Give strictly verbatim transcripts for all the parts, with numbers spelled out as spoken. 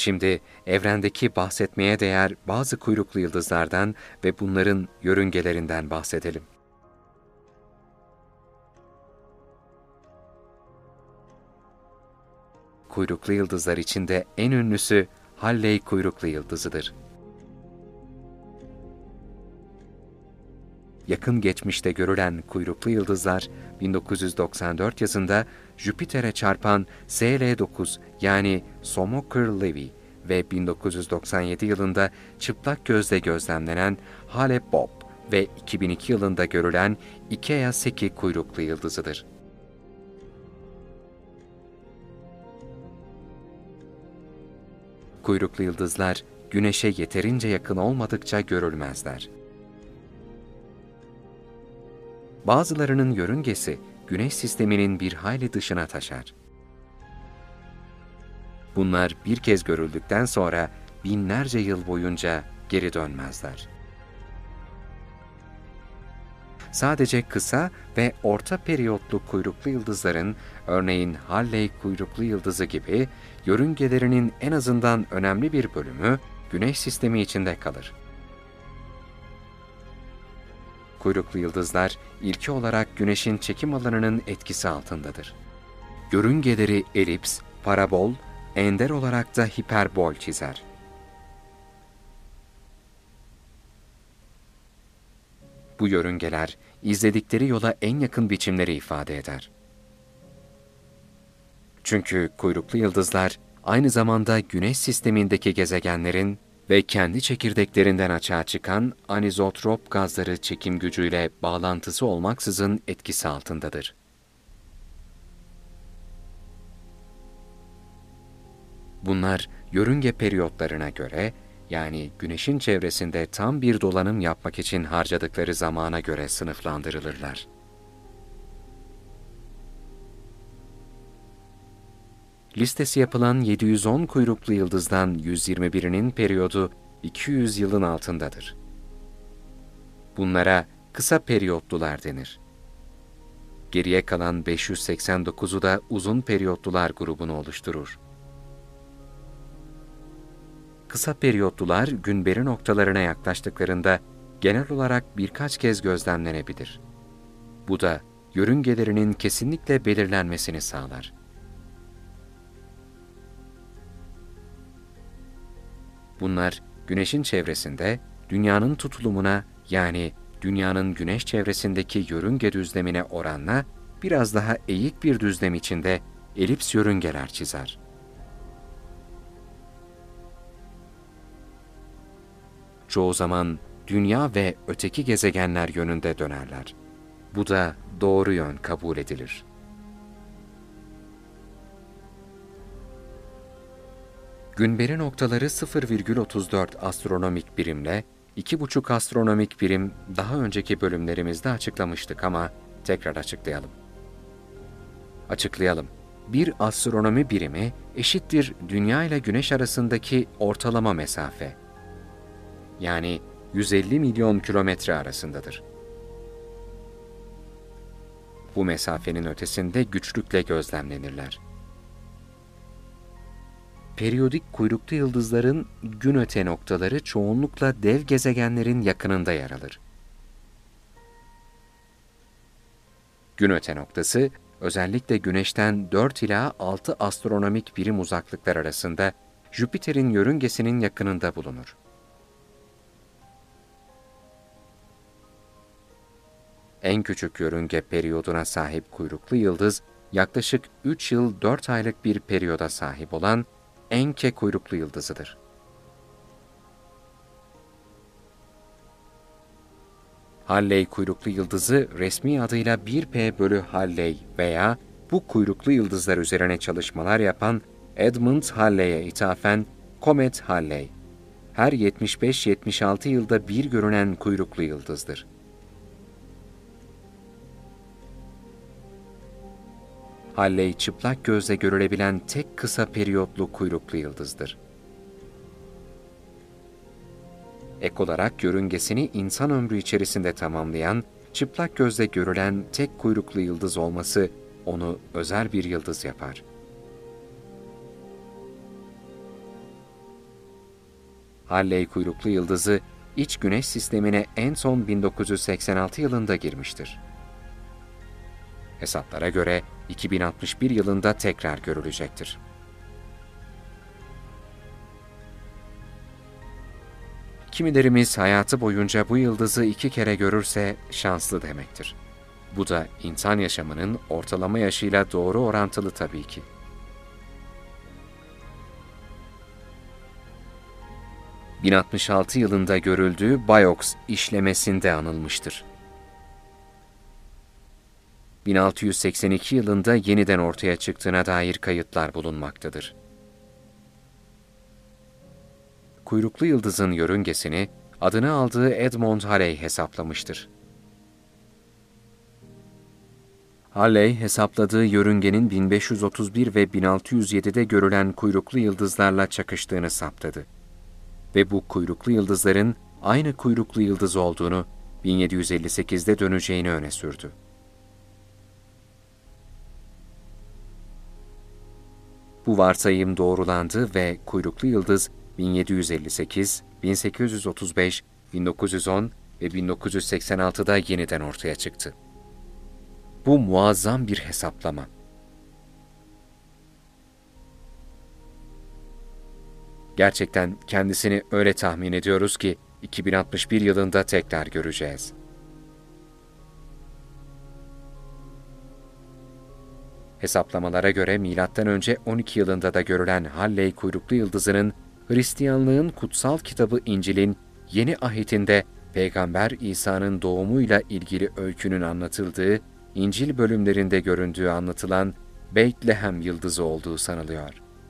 Şimdi evrendeki bahsetmeye değer bazı kuyruklu yıldızlardan ve bunların yörüngelerinden bahsedelim. Kuyruklu yıldızlar içinde en ünlüsü Halley kuyruklu yıldızıdır. Yakın geçmişte görülen kuyruklu yıldızlar, bin dokuz yüz doksan dört yazında Jüpiter'e çarpan S L dokuz yani Shoemaker-Levy ve bin dokuz yüz doksan yedi yılında çıplak gözle gözlemlenen Hale-Bopp ve iki bin iki yılında görülen Ikea Seki kuyruklu yıldızıdır. Kuyruklu yıldızlar, Güneş'e yeterince yakın olmadıkça görülmezler. Bazılarının yörüngesi, Güneş sisteminin bir hayli dışına taşar. Bunlar bir kez görüldükten sonra binlerce yıl boyunca geri dönmezler. Sadece kısa ve orta periyotlu kuyruklu yıldızların, örneğin Halley kuyruklu yıldızı gibi, yörüngelerinin en azından önemli bir bölümü Güneş sistemi içinde kalır. Kuyruklu yıldızlar, ilki olarak Güneş'in çekim alanının etkisi altındadır. Yörüngeleri elips, parabol, ender olarak da hiperbol çizer. Bu yörüngeler, izledikleri yola en yakın biçimleri ifade eder. Çünkü kuyruklu yıldızlar, aynı zamanda Güneş sistemindeki gezegenlerin ve kendi çekirdeklerinden açığa çıkan anizotrop gazları çekim gücüyle bağlantısı olmaksızın etkisi altındadır. Bunlar, yörünge periyotlarına göre, yani Güneş'in çevresinde tam bir dolanım yapmak için harcadıkları zamana göre sınıflandırılırlar. Listesi yapılan yedi yüz on kuyruklu yıldızdan yüz yirmi birinin periyodu iki yüz yılın altındadır. Bunlara kısa periyotlular denir. Geriye kalan beş yüz seksen dokuzu da uzun periyotlular grubunu oluşturur. Kısa periyotlular günberi noktalarına yaklaştıklarında genel olarak birkaç kez gözlemlenebilir. Bu da yörüngelerinin kesinlikle belirlenmesini sağlar. Bunlar, Güneş'in çevresinde, Dünya'nın tutulumuna yani Dünya'nın Güneş çevresindeki yörünge düzlemine oranla biraz daha eğik bir düzlem içinde elips yörüngeler çizer. Çoğu zaman Dünya ve öteki gezegenler yönünde dönerler. Bu da doğru yön kabul edilir. Günberi noktaları sıfır virgül otuz dört astronomik birimle iki buçuk astronomik birim daha önceki bölümlerimizde açıklamıştık ama tekrar açıklayalım. Açıklayalım. Bir astronomi birimi eşittir Dünya ile Güneş arasındaki ortalama mesafe. Yani yüz elli milyon kilometre arasındadır. Bu mesafenin ötesinde güçlükle gözlemlenirler. Periyodik kuyruklu yıldızların gün öte noktaları çoğunlukla dev gezegenlerin yakınında yer alır. Gün öte noktası, özellikle Güneş'ten dört ila altı astronomik birim uzaklıklar arasında Jüpiter'in yörüngesinin yakınında bulunur. En küçük yörünge periyoduna sahip kuyruklu yıldız, yaklaşık üç yıl dört aylık bir periyoda sahip olan Encke kuyruklu yıldızıdır. Halley kuyruklu yıldızı resmi adıyla bir P bölü Halley veya bu kuyruklu yıldızlar üzerine çalışmalar yapan Edmund Halley'e ithafen Komet Halley, her yetmiş beş yetmiş altı yılda bir görünen kuyruklu yıldızdır. Halley, çıplak gözle görülebilen tek kısa periyotlu kuyruklu yıldızdır. Ek olarak yörüngesini insan ömrü içerisinde tamamlayan, çıplak gözle görülen tek kuyruklu yıldız olması onu özel bir yıldız yapar. Halley kuyruklu yıldızı, iç güneş sistemine en son bin dokuz yüz seksen altı yılında girmiştir. Hesaplara göre iki bin altmış bir yılında tekrar görülecektir. Kimilerimiz hayatı boyunca bu yıldızı iki kere görürse şanslı demektir. Bu da insan yaşamının ortalama yaşıyla doğru orantılı tabii ki. bin altmış altı yılında görüldüğü Boyox işlemesinde anılmıştır. bin altı yüz seksen iki yılında yeniden ortaya çıktığına dair kayıtlar bulunmaktadır. Kuyruklu yıldızın yörüngesini adını aldığı Edmond Halley hesaplamıştır. Halley, hesapladığı yörüngenin bin beş yüz otuz bir ve bin altı yüz yedide görülen kuyruklu yıldızlarla çakıştığını saptadı. Ve bu kuyruklu yıldızların aynı kuyruklu yıldız olduğunu, bin yedi yüz elli sekizde döneceğini öne sürdü. Bu varsayım doğrulandı ve kuyruklu yıldız bin yedi yüz elli sekiz, bin sekiz yüz otuz beş, bin dokuz yüz on ve bin dokuz yüz seksen altıda yeniden ortaya çıktı. Bu muazzam bir hesaplama. Gerçekten kendisini öyle tahmin ediyoruz ki iki bin altmış bir yılında tekrar göreceğiz. Hesaplamalara göre milattan önce on iki yılında da görülen Halley kuyruklu yıldızının Hristiyanlığın kutsal kitabı İncil'in Yeni Ahit'inde Peygamber İsa'nın doğumuyla ilgili öykünün anlatıldığı İncil bölümlerinde göründüğü anlatılan Beytlehem yıldızı olduğu sanılıyor.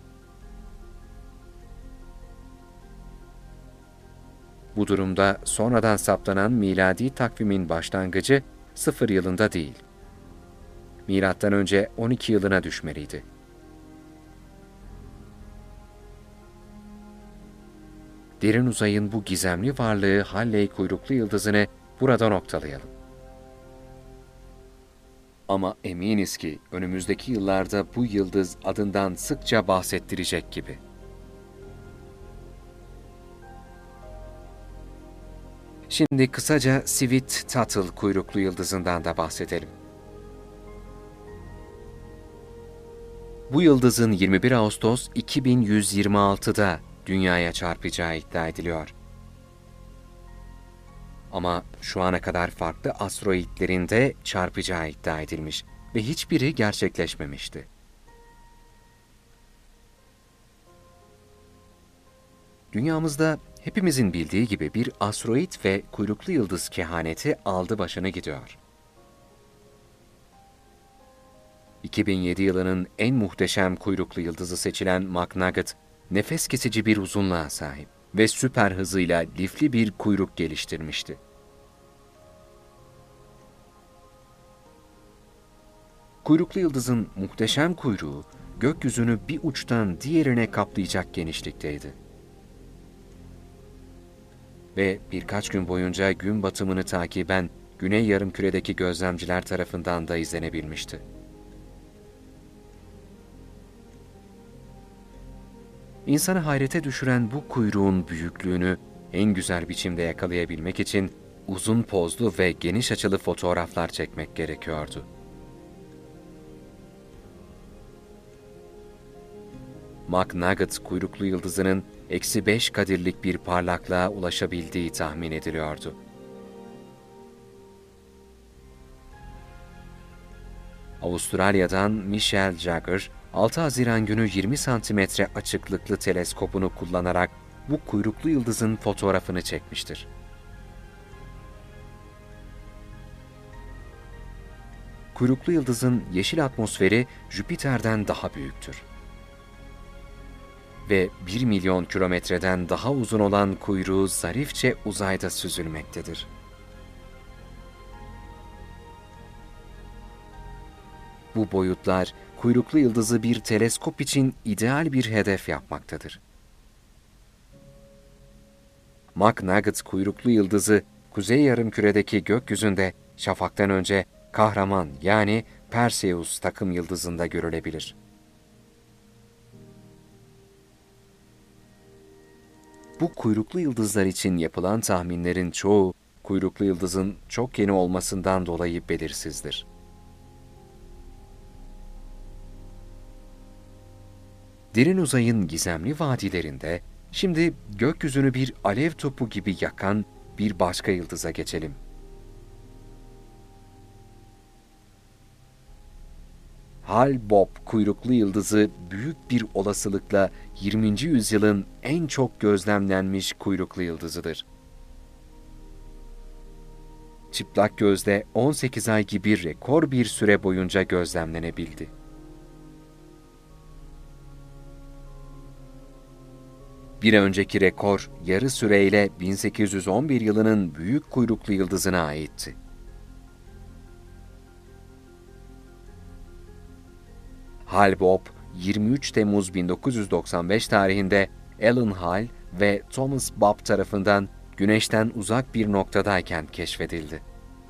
Bu durumda sonradan saptanan miladi takvimin başlangıcı sıfır yılında değil, milattan önce on iki yılına düşmeliydi. Derin uzayın bu gizemli varlığı Halley kuyruklu yıldızını burada noktalayalım. Ama eminiz ki önümüzdeki yıllarda bu yıldız adından sıkça bahsettirecek gibi. Şimdi kısaca Swift-Tuttle kuyruklu yıldızından da bahsedelim. Bu yıldızın yirmi bir Ağustos iki bin yüz yirmi altıda Dünya'ya çarpacağı iddia ediliyor. Ama şu ana kadar farklı asteroidlerin de çarpacağı iddia edilmiş ve hiçbiri gerçekleşmemişti. Dünyamızda hepimizin bildiği gibi bir asteroid ve kuyruklu yıldız kehaneti aldı başını gidiyor. iki bin yedi yılının en muhteşem kuyruklu yıldızı seçilen McNugget, nefes kesici bir uzunluğa sahip ve süper hızıyla lifli bir kuyruk geliştirmişti. Kuyruklu yıldızın muhteşem kuyruğu, gökyüzünü bir uçtan diğerine kaplayacak genişlikteydi. Ve birkaç gün boyunca gün batımını takiben Güney Yarımküre'deki gözlemciler tarafından da izlenebilmişti. İnsanı hayrete düşüren bu kuyruğun büyüklüğünü en güzel biçimde yakalayabilmek için uzun pozlu ve geniş açılı fotoğraflar çekmek gerekiyordu. McNugget kuyruklu yıldızının eksi beş kadirlik bir parlaklığa ulaşabildiği tahmin ediliyordu. Avustralya'dan Michelle Jagger, altı Haziran günü yirmi santimetre açıklıklı teleskopunu kullanarak bu kuyruklu yıldızın fotoğrafını çekmiştir. Kuyruklu yıldızın yeşil atmosferi Jüpiter'den daha büyüktür. Ve bir milyon kilometreden daha uzun olan kuyruğu zarifçe uzayda süzülmektedir. Bu boyutlar, kuyruklu yıldızı bir teleskop için ideal bir hedef yapmaktadır. McNugget kuyruklu yıldızı, Kuzey Yarımküre'deki gökyüzünde şafaktan önce kahraman yani Perseus takım yıldızında görülebilir. Bu kuyruklu yıldızlar için yapılan tahminlerin çoğu, kuyruklu yıldızın çok yeni olmasından dolayı belirsizdir. Derin uzayın gizemli vadilerinde, şimdi gökyüzünü bir alev topu gibi yakan bir başka yıldıza geçelim. Hale-Bopp kuyruklu yıldızı büyük bir olasılıkla yirminci yüzyılın en çok gözlemlenmiş kuyruklu yıldızıdır. Çıplak gözle on sekiz ay gibi rekor bir süre boyunca gözlemlenebildi. Bir önceki rekor, yarı süreyle bin sekiz yüz on bir yılının büyük kuyruklu yıldızına aitti. Hale-Bopp, yirmi üç Temmuz bin dokuz yüz doksan beş tarihinde Alan Hale ve Thomas Bopp tarafından Güneş'ten uzak bir noktadayken keşfedildi.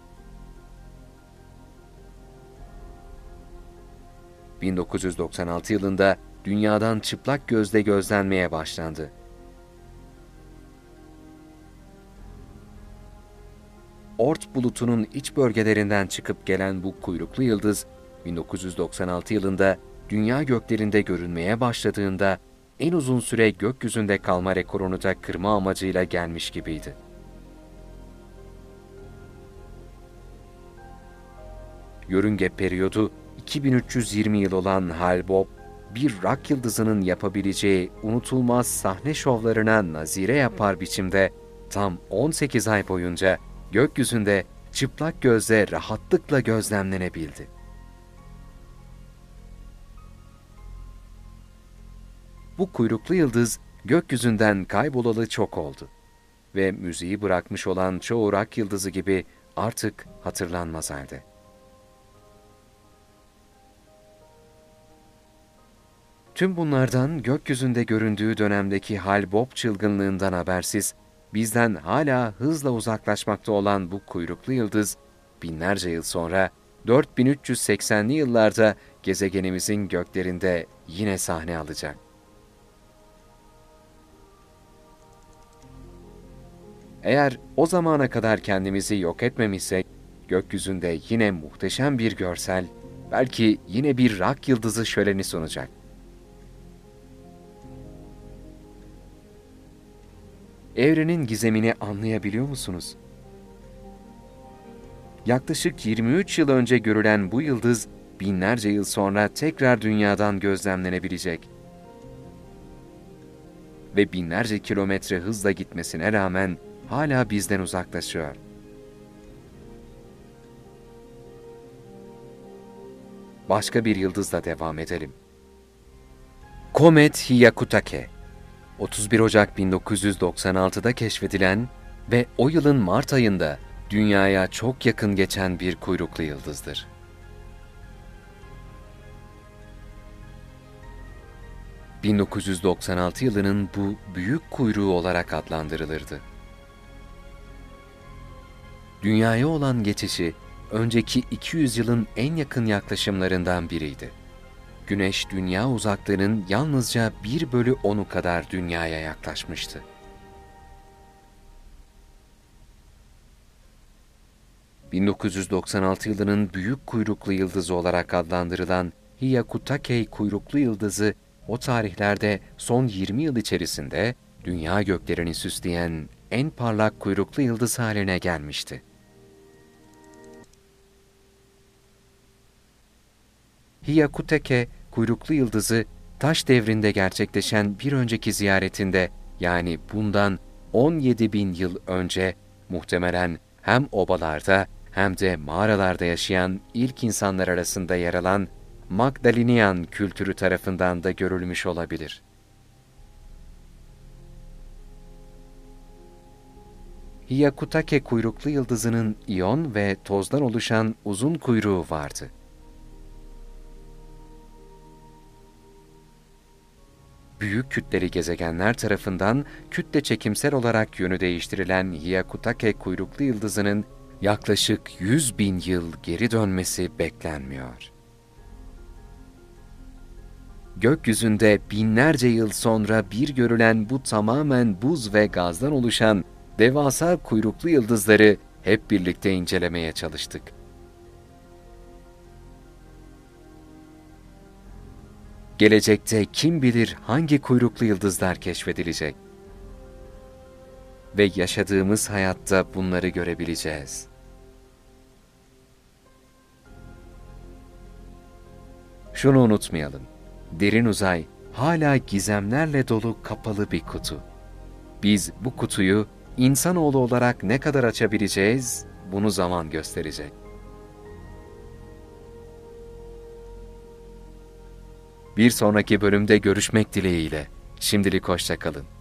bin dokuz yüz doksan altı yılında Dünya'dan çıplak gözle gözlenmeye başlandı. Oort bulutunun iç bölgelerinden çıkıp gelen bu kuyruklu yıldız, bin dokuz yüz doksan altı yılında dünya göklerinde görünmeye başladığında en uzun süre gökyüzünde kalma rekorunu da kırma amacıyla gelmiş gibiydi. Yörünge periyodu iki bin üç yüz yirmi yıl olan Hale-Bopp, bir rock yıldızının yapabileceği unutulmaz sahne şovlarına nazire yapar biçimde tam on sekiz ay boyunca gökyüzünde çıplak gözle rahatlıkla gözlemlenebildi. Bu kuyruklu yıldız gökyüzünden kaybolalı çok oldu ve müziği bırakmış olan çoğu rock yıldızı gibi artık hatırlanmaz halde. Tüm bunlardan gökyüzünde göründüğü dönemdeki Hale-Bopp çılgınlığından habersiz, bizden hala hızla uzaklaşmakta olan bu kuyruklu yıldız, binlerce yıl sonra dört bin üç yüz seksenli yıllarda gezegenimizin göklerinde yine sahne alacak. Eğer o zamana kadar kendimizi yok etmemişsek, gökyüzünde yine muhteşem bir görsel, belki yine bir rock yıldızı şöleni sunacak. Evrenin gizemini anlayabiliyor musunuz? Yaklaşık yirmi üç yıl önce görülen bu yıldız, binlerce yıl sonra tekrar dünyadan gözlemlenebilecek. Ve binlerce kilometre hızla gitmesine rağmen hala bizden uzaklaşıyor. Başka bir yıldızla devam edelim. Komet Hyakutake, otuz bir Ocak bin dokuz yüz doksan altıda keşfedilen ve o yılın Mart ayında Dünya'ya çok yakın geçen bir kuyruklu yıldızdır. bin dokuz yüz doksan altı yılının bu büyük kuyruğu olarak adlandırılırdı. Dünyaya olan geçişi, önceki iki yüz yılın en yakın yaklaşımlarından biriydi. Güneş, dünya uzaklığının yalnızca bir bölü onu kadar dünyaya yaklaşmıştı. bin dokuz yüz doksan altı yılının büyük kuyruklu yıldızı olarak adlandırılan Hyakutake kuyruklu yıldızı, o tarihlerde son yirmi yıl içerisinde dünya göklerini süsleyen en parlak kuyruklu yıldız haline gelmişti. Hyakutake kuyruklu yıldızı, taş devrinde gerçekleşen bir önceki ziyaretinde, yani bundan on yedi bin yıl önce, muhtemelen hem obalarda hem de mağaralarda yaşayan ilk insanlar arasında yer alan Magdalenian kültürü tarafından da görülmüş olabilir. Hyakutake kuyruklu yıldızının iyon ve tozdan oluşan uzun kuyruğu vardı. Büyük kütleli gezegenler tarafından kütle çekimsel olarak yönü değiştirilen Hyakutake kuyruklu yıldızının yaklaşık yüz bin yıl geri dönmesi beklenmiyor. Gökyüzünde binlerce yıl sonra bir görülen bu tamamen buz ve gazdan oluşan devasa kuyruklu yıldızları hep birlikte incelemeye çalıştık. Gelecekte kim bilir hangi kuyruklu yıldızlar keşfedilecek? Ve yaşadığımız hayatta bunları görebileceğiz. Şunu unutmayalım, derin uzay hala gizemlerle dolu kapalı bir kutu. Biz bu kutuyu insanoğlu olarak ne kadar açabileceğiz, bunu zaman gösterecek. Bir sonraki bölümde görüşmek dileğiyle. Şimdilik hoşça kalın.